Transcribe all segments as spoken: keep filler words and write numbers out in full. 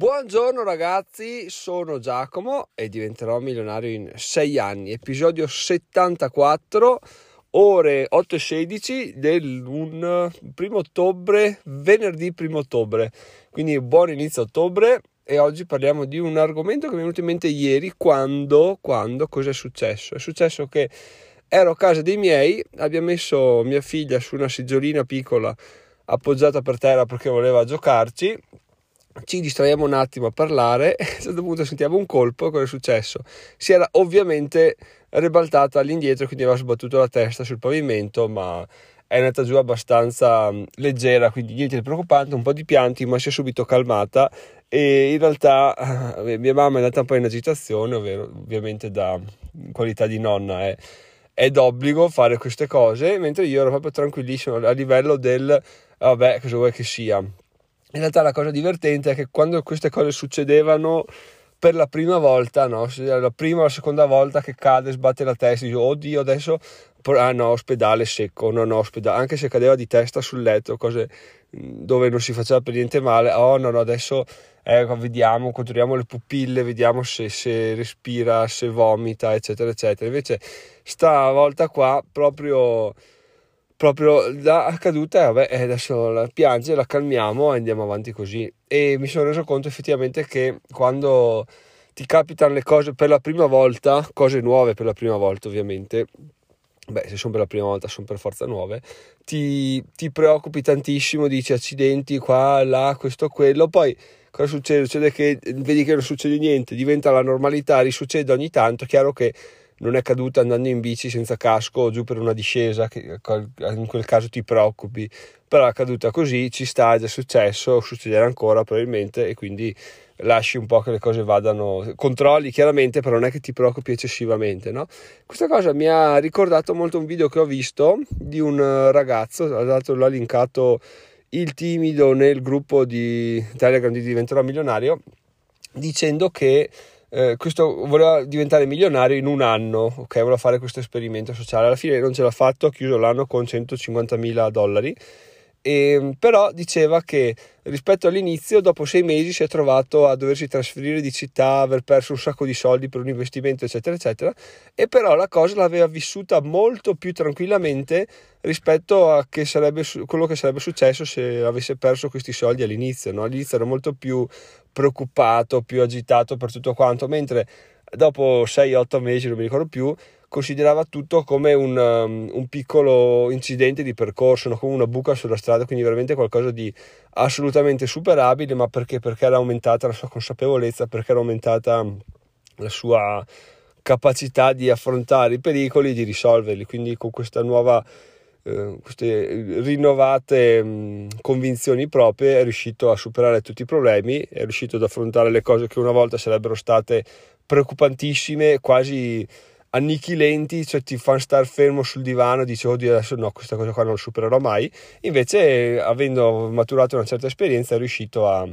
Buongiorno ragazzi, sono Giacomo e diventerò milionario in sei anni, episodio settantaquattro, ore otto e sedici del un primo ottobre, venerdì primo ottobre, quindi buon inizio ottobre. E oggi parliamo di un argomento che mi è venuto in mente ieri quando, quando, cosa è successo? È successo che ero a casa dei miei, abbiamo messo mia figlia su una seggiolina piccola appoggiata per terra perché voleva giocarci. Ci distraiamo un attimo a parlare e a un certo punto sentiamo un colpo. Cosa è successo? Si era ovviamente ribaltata all'indietro, quindi aveva sbattuto la testa sul pavimento, ma è andata giù abbastanza leggera, quindi niente di preoccupante, un po' di pianti, ma si è subito calmata. E in realtà eh, mia mamma è andata un po' in agitazione, ovvero ovviamente da qualità di nonna è, è d'obbligo fare queste cose, mentre io ero proprio tranquillissimo a livello del vabbè, cosa vuoi che sia. In realtà la cosa divertente è che quando queste cose succedevano per la prima volta, no, la prima o la seconda volta che cade, sbatte la testa, dice oddio adesso, ah no, ospedale secco, no no, ospedale, anche se cadeva di testa sul letto, cose dove non si faceva per niente male, oh no no, adesso eh, vediamo, controlliamo le pupille, vediamo se, se respira, se vomita, eccetera eccetera. Invece stavolta qua proprio... proprio la caduta, vabbè, adesso la piange, la calmiamo e andiamo avanti così. E mi sono reso conto effettivamente che quando ti capitano le cose per la prima volta, cose nuove per la prima volta ovviamente, beh, se sono per la prima volta sono per forza nuove, ti, ti preoccupi tantissimo, dici accidenti qua, là, questo, quello, poi cosa succede? Succede che vedi che non succede niente, diventa la normalità, risuccede ogni tanto. Chiaro che non è caduta andando in bici senza casco giù per una discesa, che in quel caso ti preoccupi, però è caduta così, ci sta, è già successo, succederà ancora probabilmente, e quindi lasci un po' che le cose vadano, controlli chiaramente, però non è che ti preoccupi eccessivamente, no? Questa cosa mi ha ricordato molto un video che ho visto di un ragazzo, tra l'altro l'ha linkato il timido nel gruppo di Telegram di Diventerò Milionario, dicendo che Eh, questo voleva diventare milionario in un anno, ok, voleva fare questo esperimento sociale. Alla fine non ce l'ha fatto, ha chiuso l'anno con centocinquantamila dollari, e, però diceva che rispetto all'inizio, dopo sei mesi si è trovato a doversi trasferire di città, aver perso un sacco di soldi per un investimento eccetera eccetera, e però la cosa l'aveva vissuta molto più tranquillamente rispetto a che sarebbe, quello che sarebbe successo se avesse perso questi soldi all'inizio, no? All'inizio era molto più preoccupato, più agitato per tutto quanto, mentre dopo sei otto mesi, non mi ricordo più, considerava tutto come un, um, un piccolo incidente di percorso, no? Come una buca sulla strada, quindi veramente qualcosa di assolutamente superabile. Ma perché? Perché era aumentata la sua consapevolezza, perché era aumentata la sua capacità di affrontare i pericoli e di risolverli. Quindi con questa nuova eh, queste rinnovate mh, convinzioni proprie è riuscito a superare tutti i problemi, è riuscito ad affrontare le cose che una volta sarebbero state preoccupantissime, quasi annichilenti, cioè ti fanno star fermo sul divano, dici oddio adesso no, questa cosa qua non lo supererò mai. Invece, avendo maturato una certa esperienza, è riuscito a,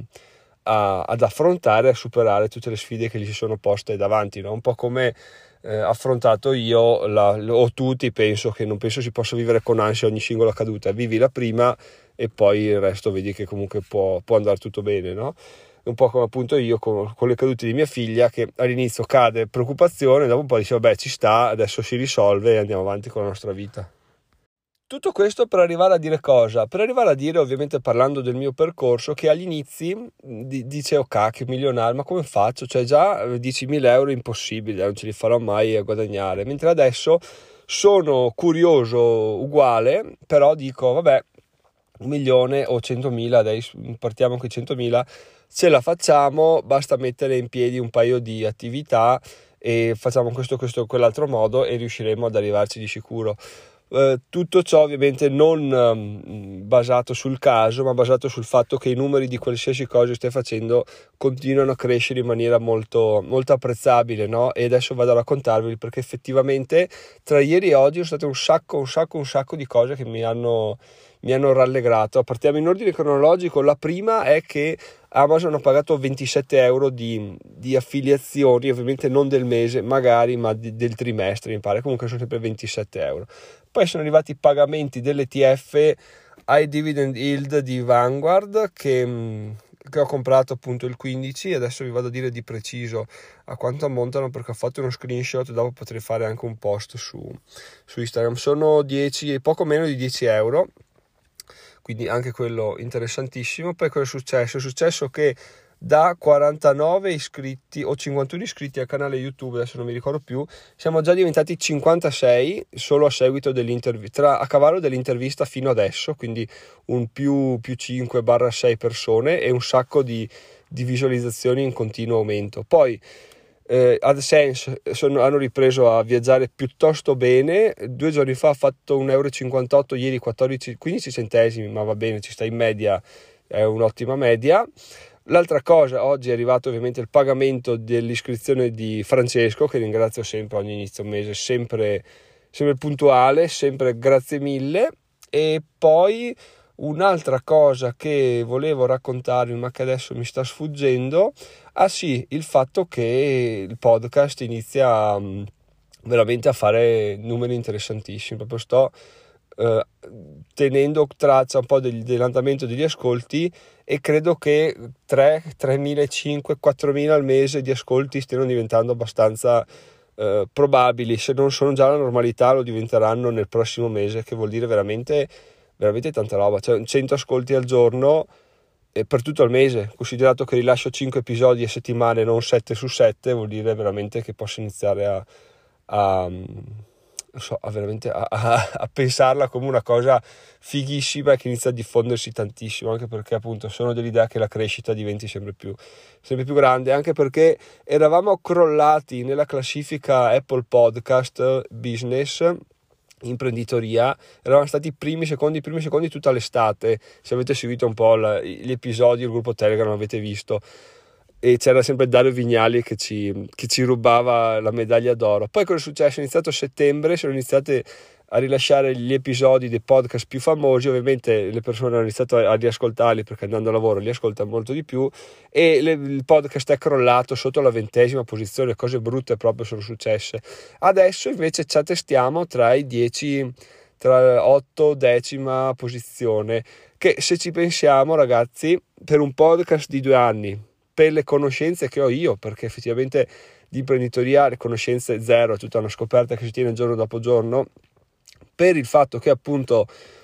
a, ad affrontare, a superare tutte le sfide che gli si sono poste davanti, no? Un po' come eh, affrontato io la, o tutti, penso che non penso si possa vivere con ansia ogni singola caduta, vivi la prima e poi il resto vedi che comunque può, può andare tutto bene, no? Un po' come appunto io con, con le cadute di mia figlia, che all'inizio cade preoccupazione, dopo un po' dice vabbè ci sta, adesso si risolve e andiamo avanti con la nostra vita. Tutto questo per arrivare a dire cosa? Per arrivare a dire, ovviamente parlando del mio percorso, che agli inizi di, dice oh cacchio, milionario, ma come faccio? Cioè già diecimila euro è impossibile, non ce li farò mai a guadagnare, mentre adesso sono curioso uguale, però dico vabbè, un milione o centomila, adesso partiamo con i centomila, ce la facciamo, basta mettere in piedi un paio di attività e facciamo questo, questo, quell'altro modo e riusciremo ad arrivarci di sicuro. Eh, tutto ciò ovviamente non um, basato sul caso, ma basato sul fatto che i numeri di qualsiasi cosa stai facendo continuano a crescere in maniera molto, molto apprezzabile, no? E adesso vado a raccontarveli, perché effettivamente tra ieri e oggi sono state un sacco, un sacco, un sacco di cose che mi hanno mi hanno rallegrato. Partiamo in ordine cronologico. La prima è che Amazon ha pagato ventisette euro di, di affiliazioni, ovviamente non del mese magari, ma di, del trimestre mi pare, comunque sono sempre ventisette euro. Poi sono arrivati i pagamenti dell'E T F ai dividend yield di Vanguard, che che ho comprato appunto il quindici, adesso vi vado a dire di preciso a quanto ammontano perché ho fatto uno screenshot e dopo potrei fare anche un post su, su Instagram. Sono dieci, poco meno di dieci euro, quindi anche quello interessantissimo. Poi cosa è successo? È successo che da quarantanove iscritti o cinquantuno iscritti al canale YouTube, adesso non mi ricordo più, siamo già diventati cinquantasei solo a seguito dell'intervista, tra a cavallo dell'intervista fino adesso, quindi un più, più cinque sei persone e un sacco di, di visualizzazioni in continuo aumento. Poi eh, AdSense sono, hanno ripreso a viaggiare piuttosto bene, due giorni fa ha fatto un euro e cinquantotto, ieri quattordici, quindici centesimi, ma va bene, ci sta in media, è un'ottima media. L'altra cosa, oggi è arrivato ovviamente il pagamento dell'iscrizione di Francesco, che ringrazio sempre ogni inizio mese, sempre, sempre puntuale, sempre grazie mille. E poi un'altra cosa che volevo raccontarvi, ma che adesso mi sta sfuggendo, ah sì, il fatto che il podcast inizia um, veramente a fare numeri interessantissimi, proprio sto Uh, tenendo traccia un po' del, dell'andamento degli ascolti e credo che tre, tremilacinquecento, quattromila al mese di ascolti stiano diventando abbastanza uh, probabili. Se non sono già la normalità lo diventeranno nel prossimo mese, che vuol dire veramente, veramente tanta roba, cioè cento ascolti al giorno eh, per tutto il mese, considerato che rilascio cinque episodi a settimana e non sette su sette, vuol dire veramente che posso iniziare a, a So, a veramente a, a, a pensarla come una cosa fighissima che inizia a diffondersi tantissimo, anche perché appunto sono dell'idea che la crescita diventi sempre più, sempre più grande, anche perché eravamo crollati nella classifica Apple Podcast Business imprenditoria, eravamo stati primi, secondi, primi, secondi tutta l'estate. Se avete seguito un po' la, gli episodi, il gruppo Telegram avete visto, e c'era sempre Dario Vignali che ci, che ci rubava la medaglia d'oro. Poi cosa è successo? È iniziato a settembre, sono iniziate a rilasciare gli episodi dei podcast più famosi, ovviamente le persone hanno iniziato a, a riascoltarli perché andando a lavoro li ascoltano molto di più, e le, il podcast è crollato sotto la ventesima posizione, cose brutte proprio sono successe. Adesso invece ci attestiamo tra i dieci, tra otto, decima posizione, che se ci pensiamo ragazzi, per un podcast di due anni, per le conoscenze che ho io, perché effettivamente di imprenditoria le conoscenze zero, è tutta una scoperta che si tiene giorno dopo giorno, per il fatto che appunto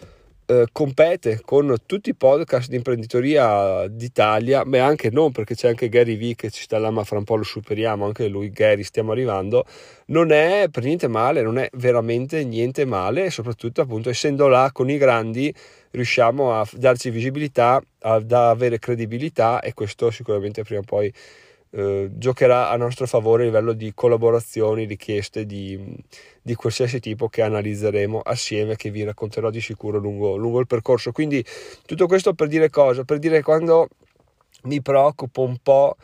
eh, compete con tutti i podcast di imprenditoria d'Italia, ma anche non, perché c'è anche Gary Vee che ci sta là, ma fra un po' lo superiamo, anche lui Gary, stiamo arrivando, non è per niente male, non è veramente niente male, e soprattutto appunto essendo là con i grandi riusciamo a darci visibilità, ad avere credibilità, e questo sicuramente prima o poi eh, giocherà a nostro favore a livello di collaborazioni, richieste di, di qualsiasi tipo che analizzeremo assieme, che vi racconterò di sicuro lungo, lungo il percorso. Quindi tutto questo per dire cosa? Per dire quando mi preoccupo un po'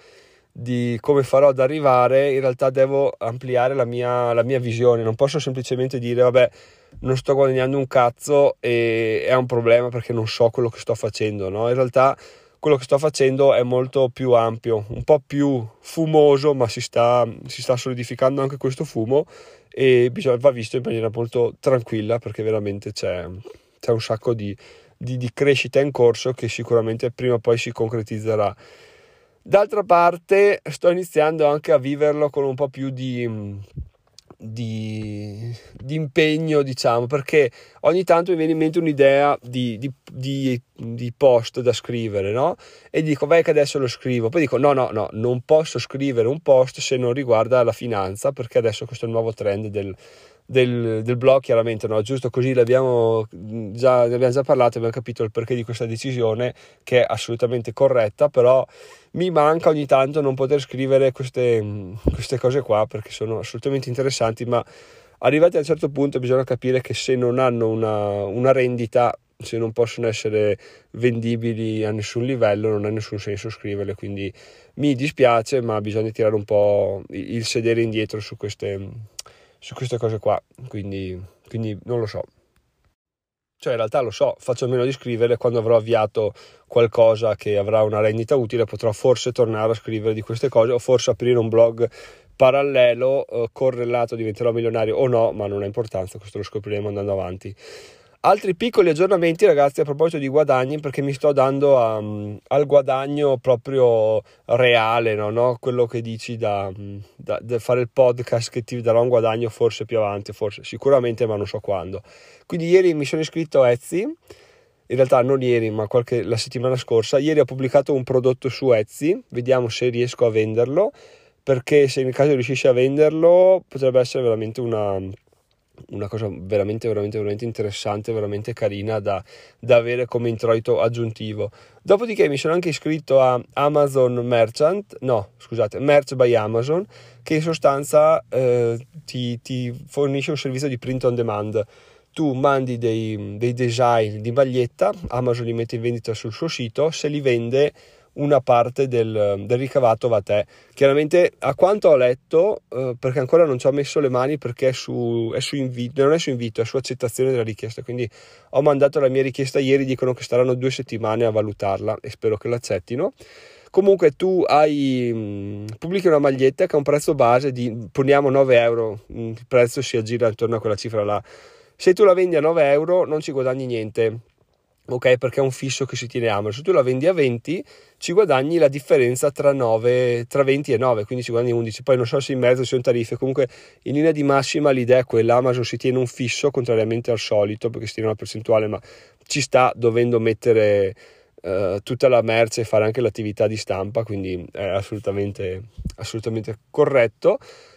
di come farò ad arrivare, in realtà devo ampliare la mia, la mia visione, non posso semplicemente dire vabbè non sto guadagnando un cazzo e è un problema perché non so quello che sto facendo, no? In realtà quello che sto facendo è molto più ampio, un po' più fumoso, ma si sta, si sta solidificando anche questo fumo, e bisogna, va visto in maniera molto tranquilla, perché veramente c'è, c'è un sacco di, di, di crescita in corso che sicuramente prima o poi si concretizzerà. D'altra parte sto iniziando anche a viverlo con un po' più di, di, di impegno, diciamo, perché ogni tanto mi viene in mente un'idea di, di, di, di post da scrivere, no? E dico vai che adesso lo scrivo, poi dico no no no, non posso scrivere un post se non riguarda la finanza, perché adesso questo è il nuovo trend del Del, del blog, chiaramente, no? Giusto così l'abbiamo già, ne abbiamo già parlato, abbiamo capito il perché di questa decisione, che è assolutamente corretta, però mi manca ogni tanto non poter scrivere queste, queste cose qua, perché sono assolutamente interessanti, ma arrivati a un certo punto bisogna capire che se non hanno una, una rendita, se non possono essere vendibili a nessun livello, non ha nessun senso scriverle. Quindi mi dispiace, ma bisogna tirare un po' il sedere indietro su queste su queste cose qua, quindi, quindi non lo so, cioè in realtà lo so, faccio a meno di scrivere. Quando avrò avviato qualcosa che avrà una rendita utile potrò forse tornare a scrivere di queste cose, o forse aprire un blog parallelo eh, correlato, diventerò milionario o no, ma non ha importanza, questo lo scopriremo andando avanti. Altri piccoli aggiornamenti, ragazzi, a proposito di guadagni, perché mi sto dando a, al guadagno proprio reale, no? No? Quello che dici da, da, da fare il podcast che ti darà un guadagno forse più avanti, forse sicuramente, ma non so quando. Quindi ieri mi sono iscritto a Etsy, in realtà non ieri, ma qualche, la settimana scorsa. Ieri ho pubblicato un prodotto su Etsy, vediamo se riesco a venderlo, perché se in caso riuscissi a venderlo potrebbe essere veramente una... una cosa veramente veramente veramente interessante, veramente carina da, da avere come introito aggiuntivo. Dopodiché mi sono anche iscritto a Amazon Merchant, no scusate, Merch by Amazon, che in sostanza eh, ti, ti fornisce un servizio di print on demand. Tu mandi dei, dei design di maglietta, Amazon li mette in vendita sul suo sito, se li vende una parte del, del ricavato va a te. Chiaramente, a quanto ho letto, eh, perché ancora non ci ho messo le mani, perché è su, è su invito, non è su invito, è su accettazione della richiesta, quindi ho mandato la mia richiesta ieri, dicono che staranno due settimane a valutarla e spero che l'accettino. Comunque tu hai mh, pubblichi una maglietta che ha un prezzo base di, poniamo, nove euro, il prezzo si aggira intorno a quella cifra là. Se tu la vendi a nove euro non ci guadagni niente, ok, perché è un fisso che si tiene Amazon. Se tu la vendi a venti ci guadagni la differenza tra, nove, tra venti e nove, quindi ci guadagni undici. Poi non so se in mezzo ci sono tariffe, comunque in linea di massima l'idea è quella. Amazon si tiene un fisso contrariamente al solito, perché si tiene una percentuale, ma ci sta dovendo mettere uh, tutta la merce e fare anche l'attività di stampa, quindi è assolutamente, assolutamente corretto.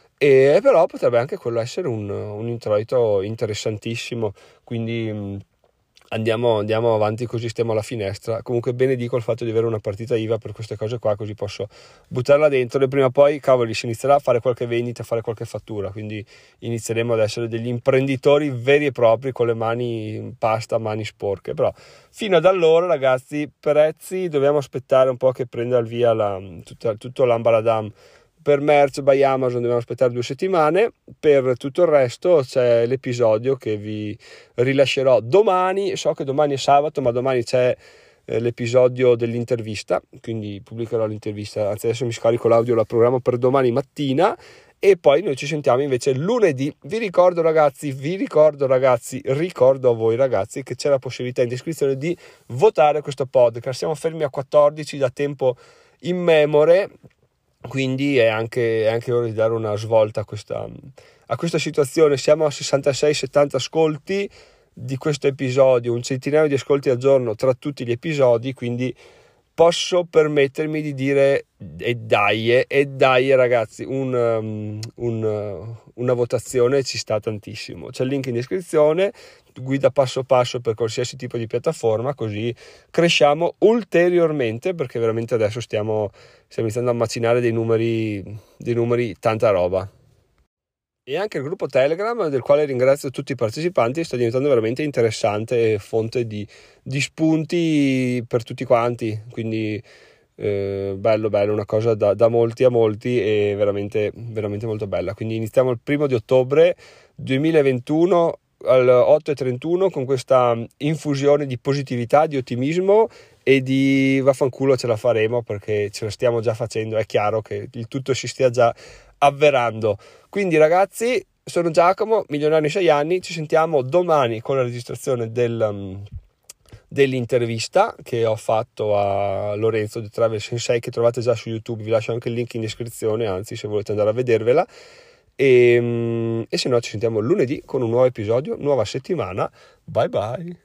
E però potrebbe anche quello essere un, un introito interessantissimo, quindi mh, Andiamo, andiamo avanti così, stiamo alla finestra. Comunque benedico il fatto di avere una partita I V A per queste cose qua, così posso buttarla dentro e prima o poi, cavoli, si inizierà a fare qualche vendita, a fare qualche fattura, quindi inizieremo ad essere degli imprenditori veri e propri, con le mani in pasta, mani sporche. Però fino ad allora, ragazzi, prezzi, dobbiamo aspettare un po' che prenda il via la, tutta, tutto l'ambaradam. Per Merch by Amazon dobbiamo aspettare due settimane, per tutto il resto c'è l'episodio che vi rilascerò domani. So che domani è sabato, ma domani c'è eh, l'episodio dell'intervista, quindi pubblicherò l'intervista, anzi adesso mi scarico l'audio, la programmo per domani mattina e poi noi ci sentiamo invece lunedì. Vi ricordo ragazzi, vi ricordo ragazzi, ricordo a voi ragazzi che c'è la possibilità in descrizione di votare questo podcast. Siamo fermi a quattordici da tempo immemore, quindi è anche, è anche ora di dare una svolta a questa, a questa situazione. Siamo a sessantasei settanta ascolti di questo episodio, un centinaio di ascolti al giorno tra tutti gli episodi, quindi posso permettermi di dire e dai, e dai ragazzi, un, um, un, una votazione ci sta tantissimo. C'è il link in descrizione, guida passo passo per qualsiasi tipo di piattaforma, così cresciamo ulteriormente, perché veramente adesso stiamo, stiamo iniziando a macinare dei numeri, dei numeri, tanta roba. E anche il gruppo Telegram, del quale ringrazio tutti i partecipanti, sta diventando veramente interessante e fonte di, di spunti per tutti quanti, quindi eh, bello bello, una cosa da, da molti a molti e veramente, veramente molto bella. Quindi iniziamo il primo di ottobre duemilaventuno alle otto e trentuno con questa infusione di positività, di ottimismo e di vaffanculo, ce la faremo perché ce la stiamo già facendo, è chiaro che il tutto si stia già avverando. Quindi ragazzi, sono Giacomo, milionario in sei anni, ci sentiamo domani con la registrazione del, um, dell'intervista che ho fatto a Lorenzo di Travel Sensei, che trovate già su YouTube, vi lascio anche il link in descrizione, anzi se volete andare a vedervela, e, um, e se no ci sentiamo lunedì con un nuovo episodio, nuova settimana, bye bye.